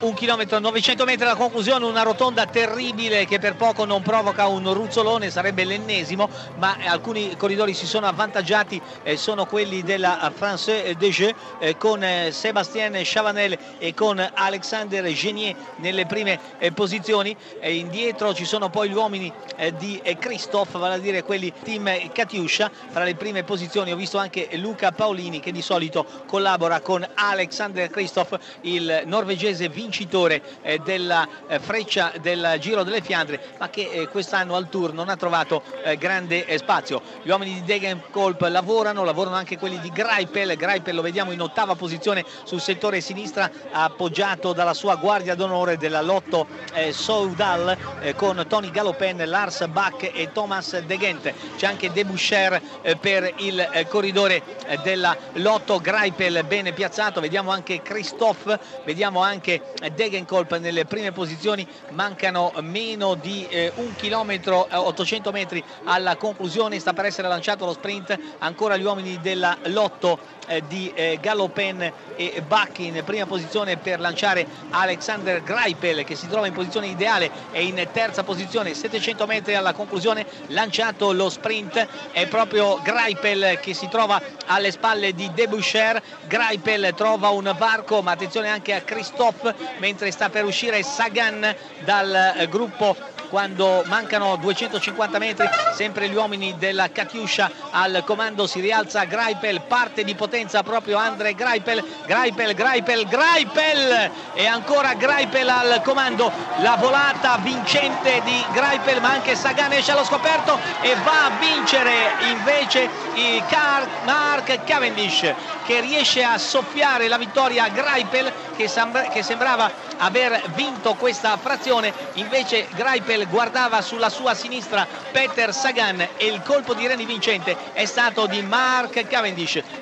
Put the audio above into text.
1 chilometro 900 metri alla conclusione, una rotonda terribile che per poco non provoca un ruzzolone, sarebbe l'ennesimo, ma alcuni corridori si sono avvantaggiati, sono quelli della Française des Jeux con Sébastien Chavanel e con Alexander Genier nelle prime posizioni. Indietro ci sono poi gli uomini di Christophe, vale a dire quelli team Katyusha. Fra le prime posizioni ho visto anche Luca Paolini, che di solito collabora con Alexander Christophe, il norvegese vincitore della freccia del Giro delle Fiandre, ma che quest'anno al Tour non ha trovato grande spazio. Gli uomini di Degenkolb lavorano anche quelli di Greipel. Greipel lo vediamo in 8ª posizione sul settore sinistra, appoggiato dalla sua guardia d'onore della Lotto Soudal, con Tony Galopin, Lars Bach e Thomas De Gent. C'è anche Debuscher per il corridore della Lotto. Greipel bene piazzato, vediamo anche Christophe, vediamo anche Degenkolb nelle prime posizioni. Mancano meno di 1 chilometro 800 metri alla conclusione, sta per essere lanciato lo sprint. Ancora gli uomini della Lotto di Galopin e Bach in prima posizione per lanciare Alexander Greipel, che si trova in posizione ideale e in 3ª posizione. 700 metri alla conclusione, lanciato lo sprint, è proprio Greipel che si trova alle spalle di Debuscher. Greipel trova un varco, ma attenzione anche a Christophe, mentre sta per uscire Sagan dal gruppo quando mancano 250 metri. Sempre gli uomini della Katyusha al comando, si rialza Greipel, parte di potenza proprio André Greipel, Greipel e ancora Greipel al comando. La volata vincente di Greipel, ma anche Sagan esce allo scoperto e va a vincere invece il Mark Cavendish, che riesce a soffiare la vittoria a Greipel, che sembrava aver vinto questa frazione. Invece Greipel guardava sulla sua sinistra Peter Sagan e il colpo di reni vincente è stato di Mark Cavendish.